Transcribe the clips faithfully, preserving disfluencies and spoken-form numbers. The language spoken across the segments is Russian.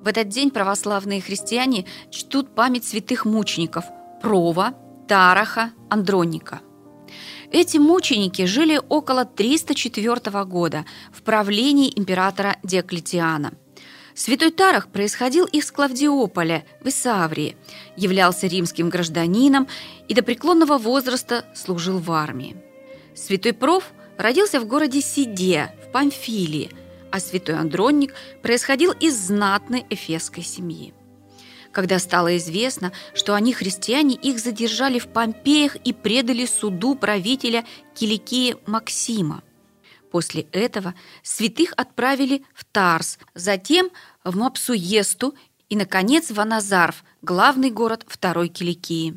В этот день православные христиане чтут память святых мучеников Прова, Тараха, Андроника. Эти мученики жили около триста четвёртого года в правлении императора Диоклетиана. Святой Тарах происходил из Клавдиополя в Исаврии, являлся римским гражданином и до преклонного возраста служил в армии. Святой Пров родился в городе Сиде в Памфилии, а святой Андроник происходил из знатной эфесской семьи. Когда стало известно, что они христиане, их задержали в Помпеях и предали суду правителя Киликии Максима. После этого святых отправили в Тарс, затем в Мапсуесту и, наконец, в Аназарв, главный город второй Киликии.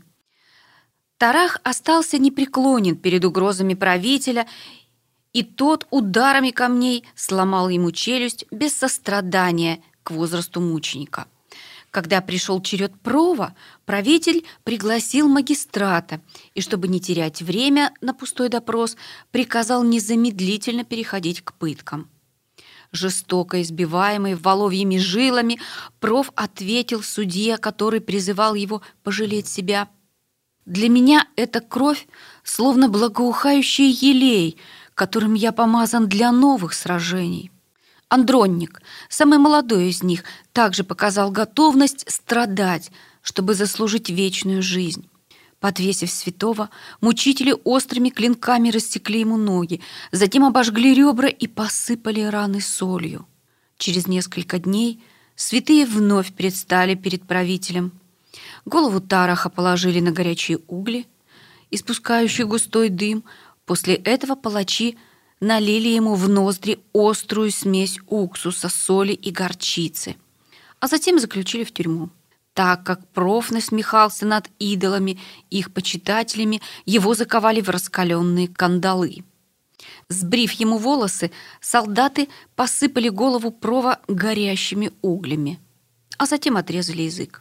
Тарах остался непреклонен перед угрозами правителя, и тот ударами камней сломал ему челюсть без сострадания к возрасту мученика. Когда пришел черед Прова, правитель пригласил магистрата и, чтобы не терять время на пустой допрос, приказал незамедлительно переходить к пыткам. Жестоко избиваемый воловьими жилами, Пров ответил судье, который призывал его пожалеть себя: «Для меня эта кровь словно благоухающий елей, которым я помазан для новых сражений». Андроник, самый молодой из них, также показал готовность страдать, чтобы заслужить вечную жизнь. Подвесив святого, мучители острыми клинками рассекли ему ноги, затем обожгли ребра и посыпали раны солью. Через несколько дней святые вновь предстали перед правителем. Голову Тараха положили на горячие угли, испускающие густой дым. После этого палачи налили ему в ноздри острую смесь уксуса, соли и горчицы, а затем заключили в тюрьму. Так как Пров насмехался над идолами, их почитателями, его заковали в раскаленные кандалы. Сбрив ему волосы, солдаты посыпали голову Прова горящими углями, а затем отрезали язык.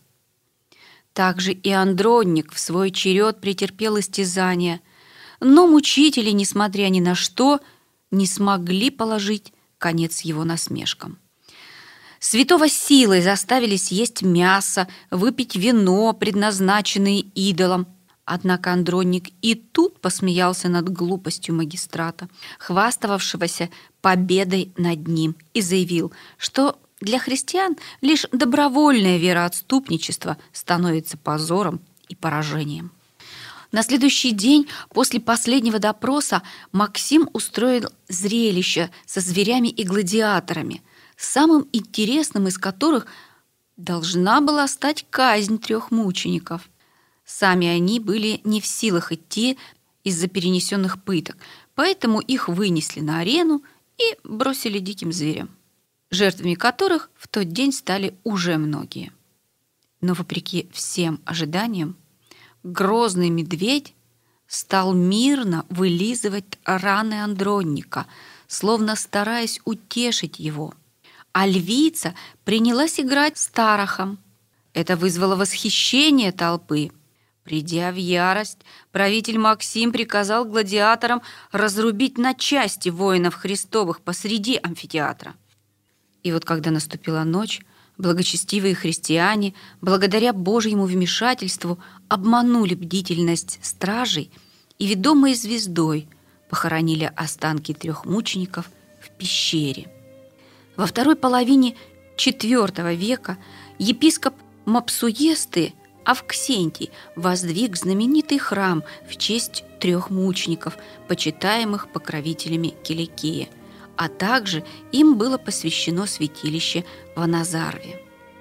Также и Андроник в свой черед претерпел истязания, но мучители, несмотря ни на что, не смогли положить конец его насмешкам. Святого силой заставили съесть мясо, выпить вино, предназначенное идолам. Однако Андроник и тут посмеялся над глупостью магистрата, хвастовавшегося победой над ним, и заявил, что для христиан лишь добровольное вероотступничество становится позором и поражением. На следующий день после последнего допроса Максим устроил зрелище со зверями и гладиаторами, самым интересным из которых должна была стать казнь трех мучеников. Сами они были не в силах идти из-за перенесенных пыток, поэтому их вынесли на арену и бросили диким зверям, жертвами которых в тот день стали уже многие. Но вопреки всем ожиданиям, грозный медведь стал мирно вылизывать раны Андроника, словно стараясь утешить его. А львица принялась играть с Тарахом. Это вызвало восхищение толпы. Придя в ярость, правитель Максим приказал гладиаторам разрубить на части воинов Христовых посреди амфитеатра. И вот когда наступила ночь, благочестивые христиане, благодаря Божьему вмешательству, обманули бдительность стражей и, ведомые звездой, похоронили останки трех мучеников в пещере. Во второй половине четвёртого века епископ Мапсуесты Авксентий воздвиг знаменитый храм в честь трех мучеников, почитаемых покровителями Киликии, а также им было посвящено святилище в Аназарве.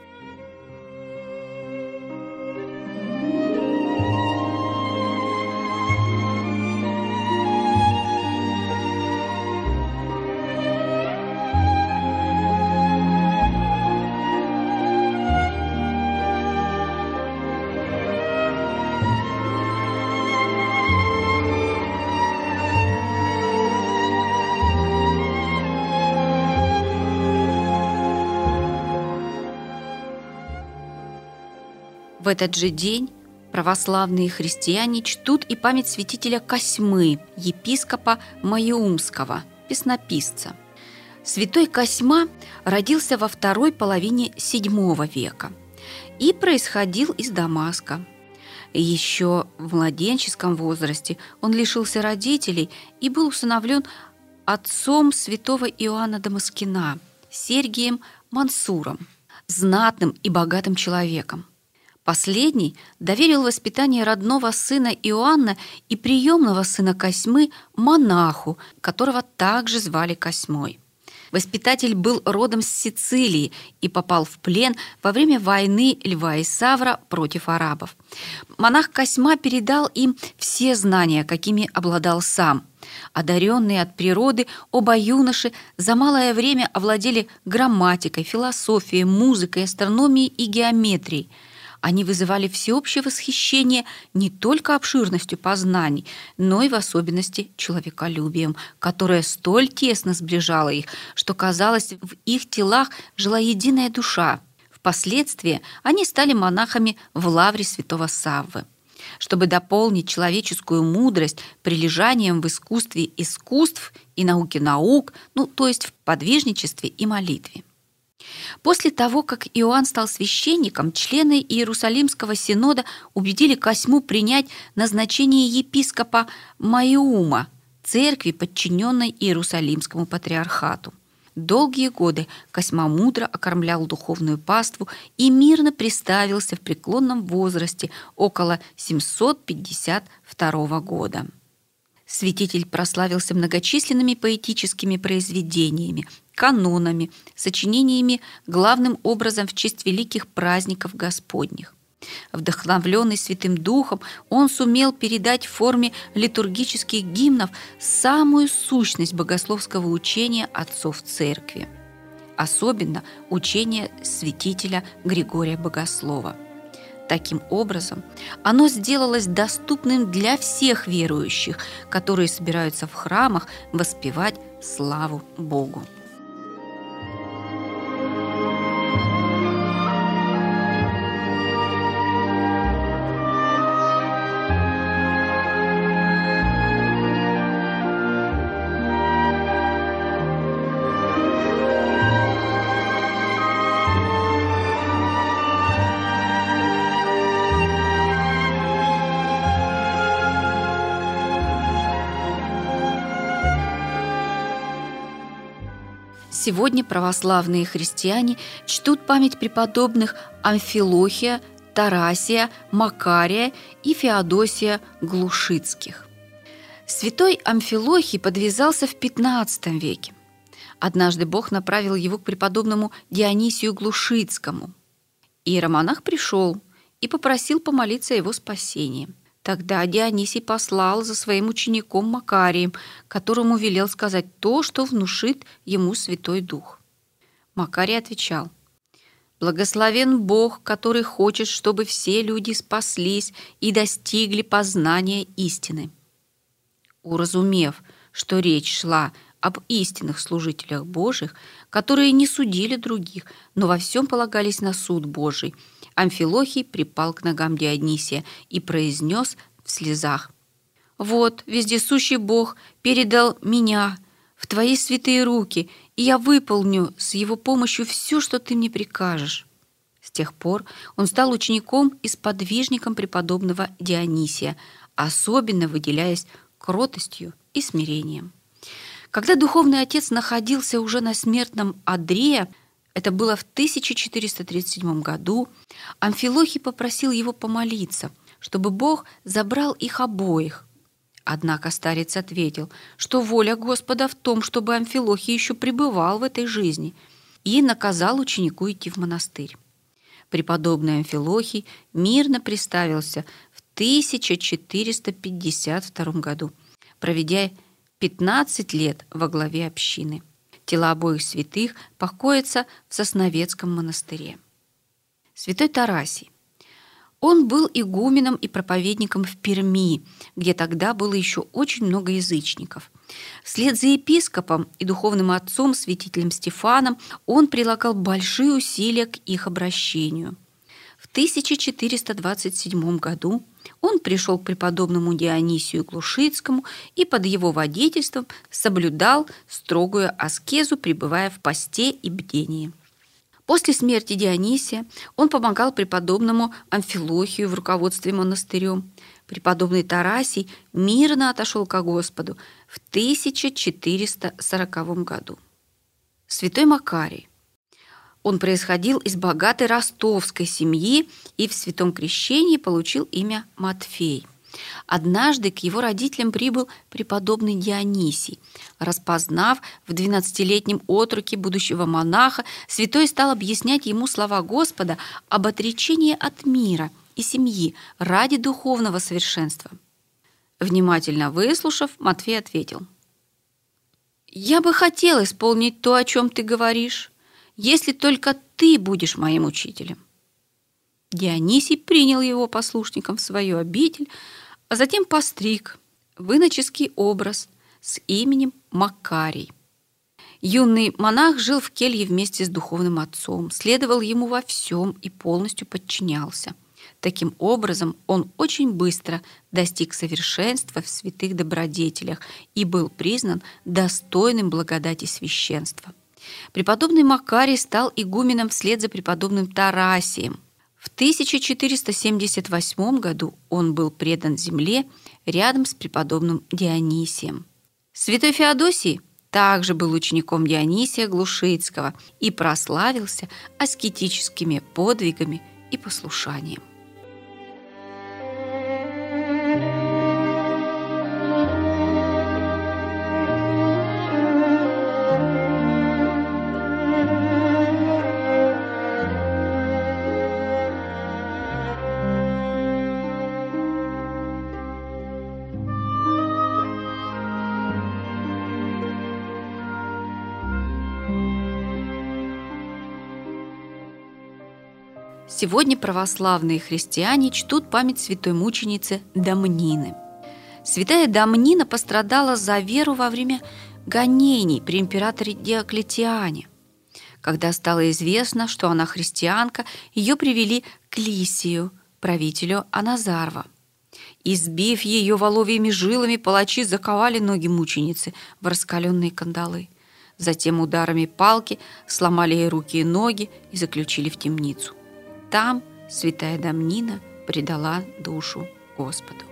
В этот же день православные христиане чтут и память святителя Косьмы, епископа Маеумского, песнописца. Святой Косьма родился во второй половине седьмого века и происходил из Дамаска. Еще в младенческом возрасте он лишился родителей и был усыновлен отцом святого Иоанна Дамаскина, Сергием Мансуром, знатным и богатым человеком. Последний доверил воспитание родного сына Иоанна и приемного сына Косьмы монаху, которого также звали Косьмой. Воспитатель был родом с Сицилии и попал в плен во время войны Льва Исавра против арабов. Монах Косьма передал им все знания, какими обладал сам. Одаренные от природы, оба юноши за малое время овладели грамматикой, философией, музыкой, астрономией и геометрией. Они вызывали всеобщее восхищение не только обширностью познаний, но и в особенности человеколюбием, которое столь тесно сближало их, что, казалось, в их телах жила единая душа. Впоследствии они стали монахами в лавре святого Саввы. Чтобы дополнить человеческую мудрость прилежанием в искусстве искусств и науке наук, ну, то есть в подвижничестве и молитве. После того, как Иоанн стал священником, члены Иерусалимского синода убедили Косьму принять назначение епископа Маиума, церкви, подчиненной Иерусалимскому патриархату. Долгие годы Косьма мудро окормлял духовную паству и мирно приставился в преклонном возрасте около семьсот пятьдесят второго года. Святитель прославился многочисленными поэтическими произведениями, канонами, сочинениями главным образом в честь великих праздников Господних. Вдохновленный Святым Духом, он сумел передать в форме литургических гимнов самую сущность богословского учения отцов Церкви, особенно учение святителя Григория Богослова. Таким образом, оно сделалось доступным для всех верующих, которые собираются в храмах воспевать славу Богу. Сегодня православные христиане чтут память преподобных Амфилохия, Тарасия, Макария и Феодосия Глушицких. Святой Амфилохий подвязался в пятнадцатом веке. Однажды Бог направил его к преподобному Дионисию Глушицкому. Иеромонах пришел и попросил помолиться о его спасении. Тогда Дионисий послал за своим учеником Макарием, которому велел сказать то, что внушит ему Святой Дух. Макарий отвечал: «Благословен Бог, который хочет, чтобы все люди спаслись и достигли познания истины». Уразумев, что речь шла об истинных служителях Божьих, которые не судили других, но во всем полагались на суд Божий, Амфилохий припал к ногам Дионисия и произнес в слезах: «Вот, вездесущий Бог передал меня в твои святые руки, и я выполню с его помощью все, что ты мне прикажешь». С тех пор он стал учеником и сподвижником преподобного Дионисия, особенно выделяясь кротостью и смирением. Когда духовный отец находился уже на смертном одре, это было в тысяча четыреста тридцать седьмом году, Амфилохий попросил его помолиться, чтобы Бог забрал их обоих. Однако старец ответил, что воля Господа в том, чтобы Амфилохий еще пребывал в этой жизни, и наказал ученику идти в монастырь. Преподобный Амфилохий мирно приставился в тысяча четыреста пятьдесят втором году, проведя пятнадцать лет во главе общины. Тела обоих святых покоятся в Сосновецком монастыре. Святой Тарасий. Он был игуменом и проповедником в Перми, где тогда было еще очень много язычников. Вслед за епископом и духовным отцом, святителем Стефаном, он прилагал большие усилия к их обращению. В тысяча четыреста двадцать седьмом году он пришел к преподобному Дионисию Глушицкому и под его водительством соблюдал строгую аскезу, пребывая в посте и бдении. После смерти Дионисия он помогал преподобному Амфилохию в руководстве монастырем. Преподобный Тарасий мирно отошел ко Господу в тысяча четыреста сороковом году. Святой Макарий. Он происходил из богатой ростовской семьи и в святом крещении получил имя Матфей. Однажды к его родителям прибыл преподобный Дионисий. Распознав в двенадцатилетнем отроке будущего монаха, святой стал объяснять ему слова Господа об отречении от мира и семьи ради духовного совершенства. Внимательно выслушав, Матфей ответил: «Я бы хотел исполнить то, о чем ты говоришь, если только ты будешь моим учителем». Дионисий принял его послушником в свою обитель, а затем постриг в иноческий образ с именем Макарий. Юный монах жил в келье вместе с духовным отцом, следовал ему во всем и полностью подчинялся. Таким образом, он очень быстро достиг совершенства в святых добродетелях и был признан достойным благодати священства. Преподобный Макарий стал игуменом вслед за преподобным Тарасием. В тысяча четыреста семьдесят восьмом году он был предан земле рядом с преподобным Дионисием. Святой Феодосий также был учеником Дионисия Глушицкого и прославился аскетическими подвигами и послушанием. Сегодня православные христиане чтут память святой мученицы Домнины. Святая Домнина пострадала за веру во время гонений при императоре Диоклетиане. Когда стало известно, что она христианка, ее привели к Лисию, правителю Аназарва. Избив ее воловьими жилами, палачи заковали ноги мученицы в раскаленные кандалы. Затем ударами палки сломали ей руки и ноги и заключили в темницу. Там святая Домнина предала душу Господу.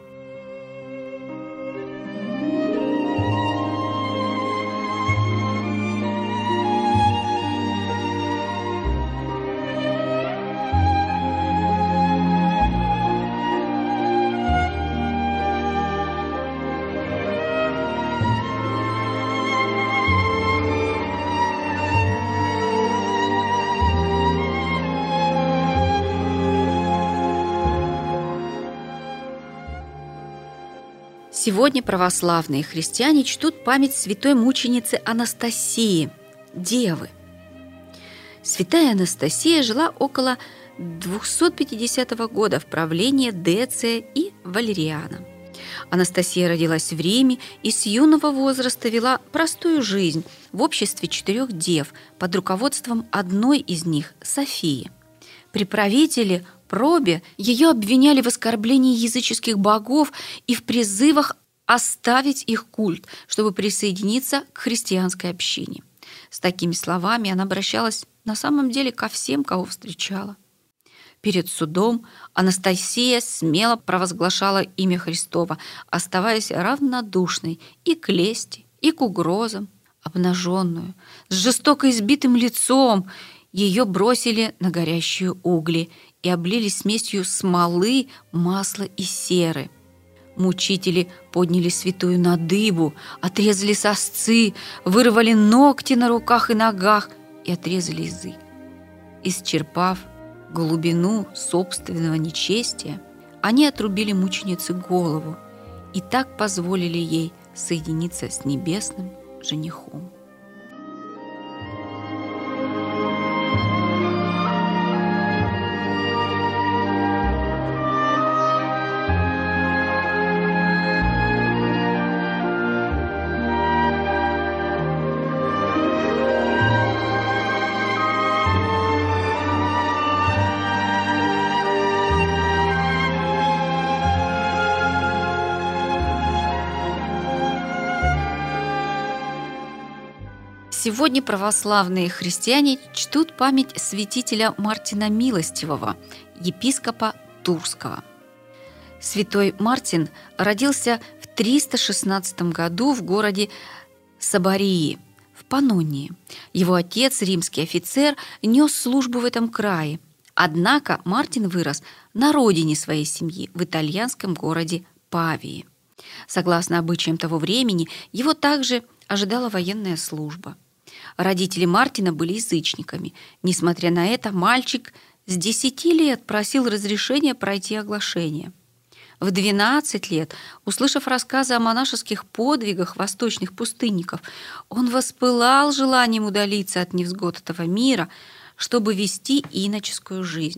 Сегодня православные христиане чтут память святой мученицы Анастасии, девы. Святая Анастасия жила около двухсот пятидесятого года в правлении Деция и Валериана. Анастасия родилась в Риме и с юного возраста вела простую жизнь в обществе четырех дев под руководством одной из них – Софии. При правителе Пробе ее обвиняли в оскорблении языческих богов и в призывах оставить их культ, чтобы присоединиться к христианской общине. С такими словами она обращалась на самом деле ко всем, кого встречала. Перед судом Анастасия смело провозглашала имя Христово, оставаясь равнодушной и к лести, и к угрозам. Обнаженную, с жестоко избитым лицом, ее бросили на горящие угли и облили смесью смолы, масла и серы. Мучители подняли святую на дыбу, отрезали сосцы, вырвали ногти на руках и ногах и отрезали язык. Исчерпав глубину собственного нечестия, они отрубили мученице голову и так позволили ей соединиться с небесным женихом. Сегодня православные христиане чтут память святителя Мартина Милостивого, епископа Турского. Святой Мартин родился в триста шестнадцатом году в городе Сабарии в Панонии. Его отец, римский офицер, нес службу в этом крае. Однако Мартин вырос на родине своей семьи, в итальянском городе Павии. Согласно обычаям того времени, его также ожидала военная служба. Родители Мартина были язычниками. Несмотря на это, мальчик с десяти лет просил разрешения пройти оглашение. В двенадцать лет, услышав рассказы о монашеских подвигах восточных пустынников, он воспылал желанием удалиться от невзгод этого мира, чтобы вести иноческую жизнь.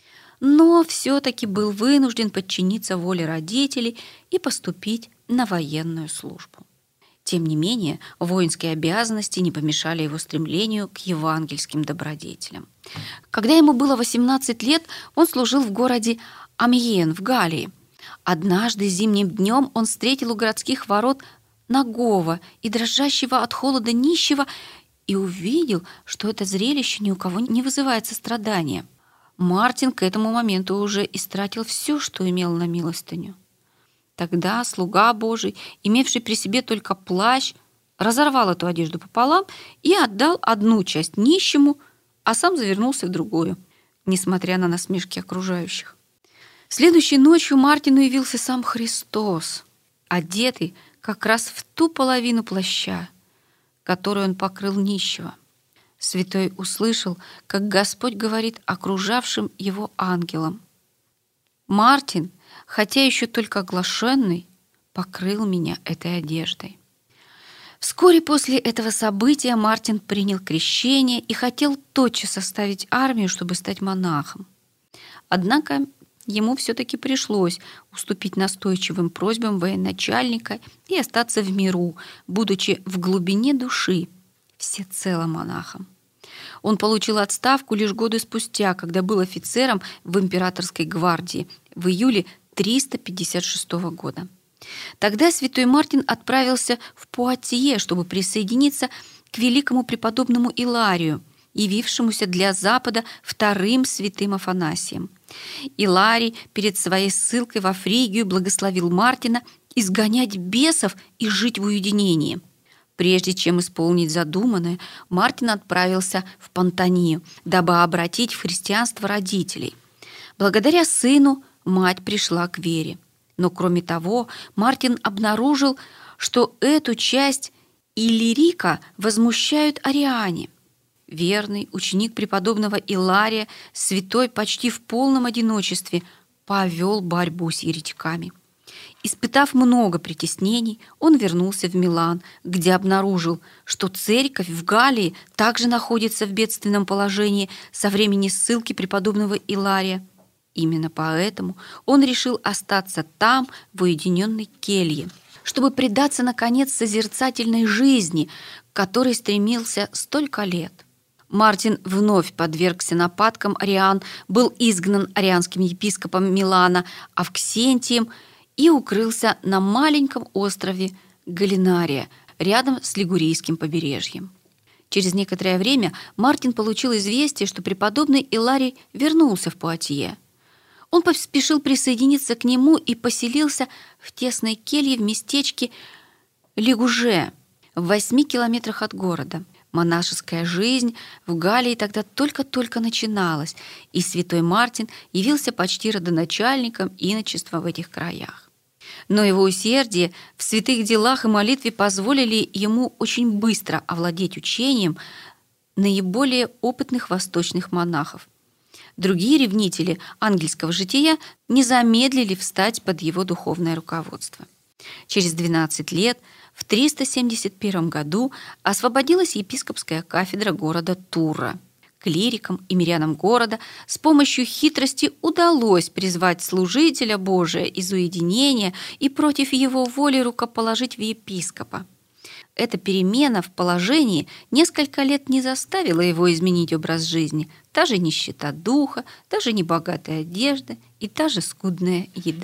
Но все-таки был вынужден подчиниться воле родителей и поступить на военную службу. Тем не менее, воинские обязанности не помешали его стремлению к евангельским добродетелям. Когда ему было восемнадцать лет, он служил в городе Амьен в Галлии. Однажды зимним днем он встретил у городских ворот нагого и дрожащего от холода нищего и увидел, что это зрелище ни у кого не вызывает сострадания. Мартин к этому моменту уже истратил все, что имел на милостыню. Тогда слуга Божий, имевший при себе только плащ, разорвал эту одежду пополам и отдал одну часть нищему, а сам завернулся в другую, несмотря на насмешки окружающих. Следующей ночью Мартину явился сам Христос, одетый как раз в ту половину плаща, которую он покрыл нищего. Святой услышал, как Господь говорит окружавшим его ангелам: «Мартин, хотя еще только оглашенный, покрыл меня этой одеждой». Вскоре после этого события Мартин принял крещение и хотел тотчас оставить армию, чтобы стать монахом. Однако ему все-таки пришлось уступить настойчивым просьбам военачальника и остаться в миру, будучи в глубине души всецело монахом. Он получил отставку лишь годы спустя, когда был офицером в императорской гвардии в июле триста пятьдесят шестого года. Тогда святой Мартин отправился в Пуатье, чтобы присоединиться к великому преподобному Иларию, явившемуся для Запада вторым святым Афанасием. Иларий перед своей ссылкой во Фригию благословил Мартина изгонять бесов и жить в уединении. Прежде чем исполнить задуманное, Мартин отправился в Пантанию, дабы обратить в христианство родителей. Благодаря сыну мать пришла к вере. Но кроме того, Мартин обнаружил, что эту часть Иллирика возмущают ариане. Верный ученик преподобного Илария, святой почти в полном одиночестве, повел борьбу с еретиками. Испытав много притеснений, он вернулся в Милан, где обнаружил, что церковь в Галлии также находится в бедственном положении со времени ссылки преподобного Илария. Именно поэтому он решил остаться там, в уединенной келье, чтобы предаться, наконец, созерцательной жизни, к которой стремился столько лет. Мартин вновь подвергся нападкам ариан, был изгнан арианским епископом Милана Авксентием и укрылся на маленьком острове Галинария, рядом с Лигурийским побережьем. Через некоторое время Мартин получил известие, что преподобный Иларий вернулся в Пуатье. Он поспешил присоединиться к нему и поселился в тесной келье в местечке Лигуже, в восьми километрах от города. Монашеская жизнь в Галлии тогда только-только начиналась, и святой Мартин явился почти родоначальником иночества в этих краях. Но его усердие в святых делах и молитве позволили ему очень быстро овладеть учением наиболее опытных восточных монахов. Другие ревнители ангельского жития не замедлили встать под его духовное руководство. Через двенадцать лет, в триста семьдесят первом году, освободилась епископская кафедра города Тура. Клирикам и мирянам города с помощью хитрости удалось призвать служителя Божия из уединения и против его воли рукоположить в епископа. Эта перемена в положении несколько лет не заставила его изменить образ жизни. Та же нищета духа, та же небогатая одежда и та же скудная еда.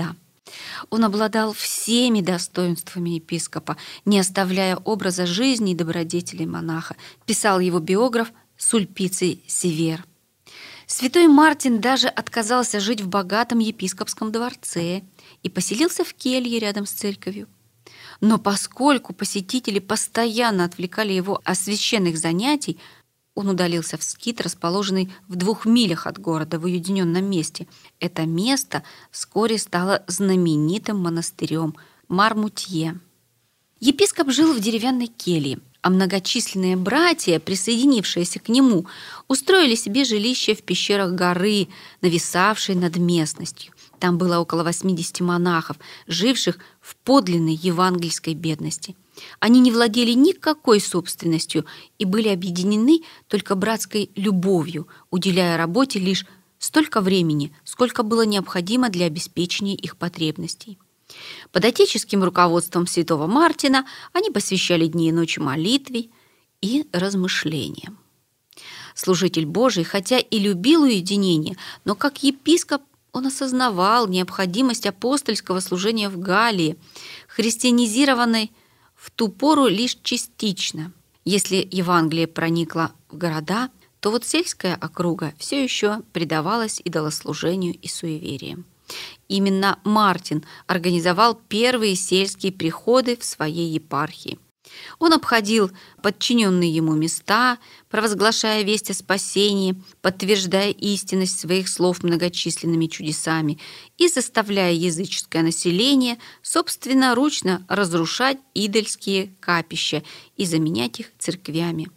Он обладал всеми достоинствами епископа, не оставляя образа жизни и добродетелей монаха, писал его биограф Сульпиций Север. Святой Мартин даже отказался жить в богатом епископском дворце и поселился в келье рядом с церковью. Но поскольку посетители постоянно отвлекали его от священных занятий, он удалился в скит, расположенный в двух милях от города, в уединенном месте. Это место вскоре стало знаменитым монастырем Мармутье. Епископ жил в деревянной келье, а многочисленные братья, присоединившиеся к нему, устроили себе жилище в пещерах горы, нависавшей над местностью. Там было около восьмидесяти монахов, живших в подлинной евангельской бедности. Они не владели никакой собственностью и были объединены только братской любовью, уделяя работе лишь столько времени, сколько было необходимо для обеспечения их потребностей. Под отеческим руководством святого Мартина они посвящали дни и ночи молитве и размышлениям. Служитель Божий, хотя и любил уединение, но как епископ он осознавал необходимость апостольского служения в Галлии, христианизированной в ту пору лишь частично. Если Евангелие проникло в города, то вот сельская округа все еще предавалась идолослужению и суевериям. Именно Мартин организовал первые сельские приходы в своей епархии. Он обходил подчиненные ему места, провозглашая весть о спасении, подтверждая истинность своих слов многочисленными чудесами и заставляя языческое население собственноручно разрушать идольские капища и заменять их церквями.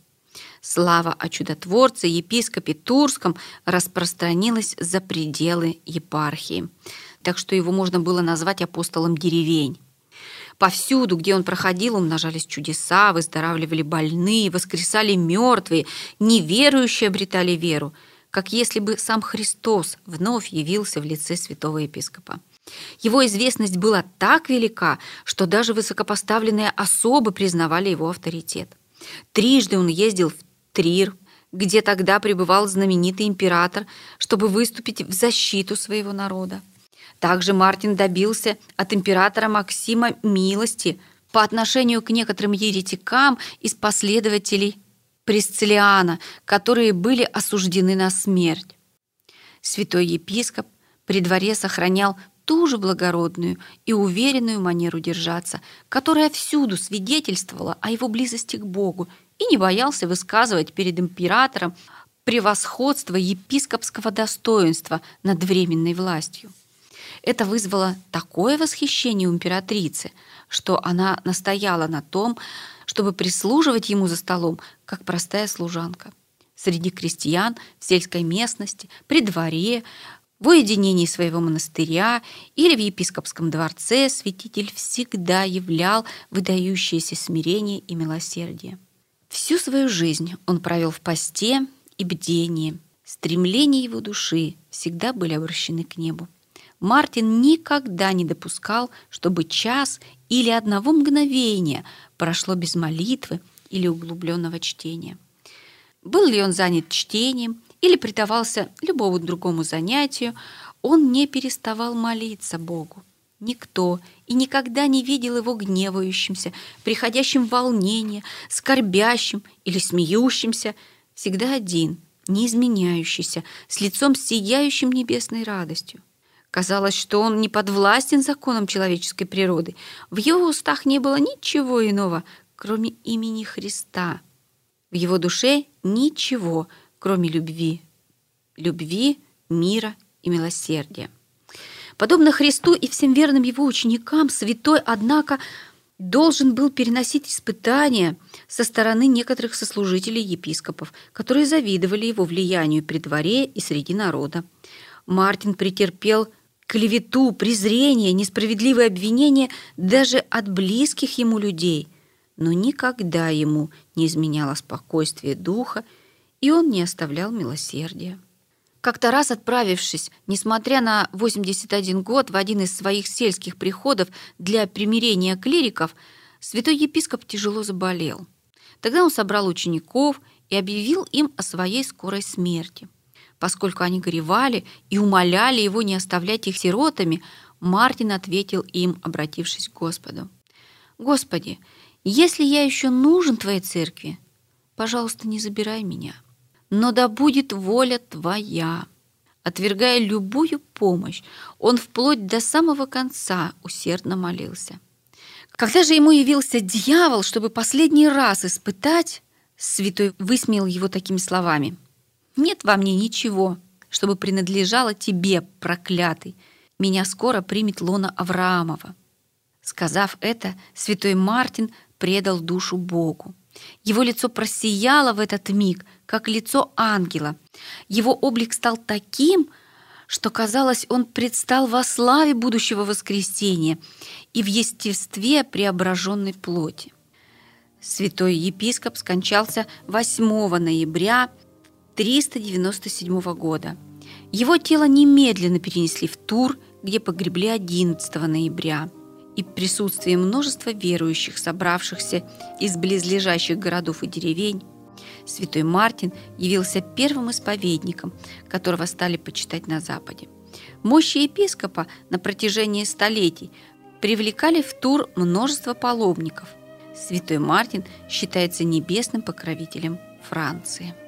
Слава о чудотворце, епископе Турском, распространилась за пределы епархии, так что его можно было назвать апостолом деревень. Повсюду, где он проходил, умножались чудеса, выздоравливали больные, воскресали мертвые, неверующие обретали веру, как если бы сам Христос вновь явился в лице святого епископа. Его известность была так велика, что даже высокопоставленные особы признавали его авторитет. Трижды он ездил в Трир, где тогда пребывал знаменитый император, чтобы выступить в защиту своего народа. Также Мартин добился от императора Максима милости по отношению к некоторым еретикам из последователей Присциллиана, которые были осуждены на смерть. Святой епископ при дворе сохранял ту же благородную и уверенную манеру держаться, которая всюду свидетельствовала о его близости к Богу, и не боялся высказывать перед императором превосходство епископского достоинства над временной властью. Это вызвало такое восхищение у императрицы, что она настояла на том, чтобы прислуживать ему за столом, как простая служанка. Среди крестьян, в сельской местности, при дворе, в уединении своего монастыря или в епископском дворце святитель всегда являл выдающееся смирение и милосердие. Всю свою жизнь он провел в посте и бдении. Стремления его души всегда были обращены к небу. Мартин никогда не допускал, чтобы час или одного мгновения прошло без молитвы или углубленного чтения. Был ли он занят чтением или предавался любому другому занятию, он не переставал молиться Богу. Никто и никогда не видел его гневающимся, приходящим в волнение, скорбящим или смеющимся, всегда один, неизменяющийся, с лицом сияющим небесной радостью. Казалось, что он не подвластен законам человеческой природы. В его устах не было ничего иного, кроме имени Христа. В его душе ничего, кроме любви. Любви, мира и милосердия. Подобно Христу и всем верным его ученикам, святой, однако, должен был переносить испытания со стороны некоторых сослужителей епископов, которые завидовали его влиянию при дворе и среди народа. Мартин претерпел клевету, презрение, несправедливые обвинения даже от близких ему людей, но никогда ему не изменяло спокойствие духа, и он не оставлял милосердия. Как-то раз отправившись, несмотря на восемьдесят один год, в один из своих сельских приходов для примирения клириков, святой епископ тяжело заболел. Тогда он собрал учеников и объявил им о своей скорой смерти. Поскольку они горевали и умоляли его не оставлять их сиротами, Мартин ответил им, обратившись к Господу: «Господи, если я еще нужен Твоей церкви, пожалуйста, не забирай меня, но да будет воля Твоя». Отвергая любую помощь, он вплоть до самого конца усердно молился. Когда же ему явился дьявол, чтобы последний раз испытать, святой высмеял его такими словами: «Нет во мне ничего, чтобы принадлежало тебе, проклятый. Меня скоро примет лоно Авраамова». Сказав это, святой Мартин предал душу Богу. Его лицо просияло в этот миг, как лицо ангела. Его облик стал таким, что, казалось, он предстал во славе будущего воскресения и в естестве преображенной плоти. Святой епископ скончался восьмого ноября триста девяносто седьмого года. Его тело немедленно перенесли в Тур, где погребли одиннадцатого ноября. И в присутствии множества верующих, собравшихся из близлежащих городов и деревень, святой Мартин явился первым исповедником, которого стали почитать на Западе. Мощи епископа на протяжении столетий привлекали в Тур множество паломников. Святой Мартин считается небесным покровителем Франции.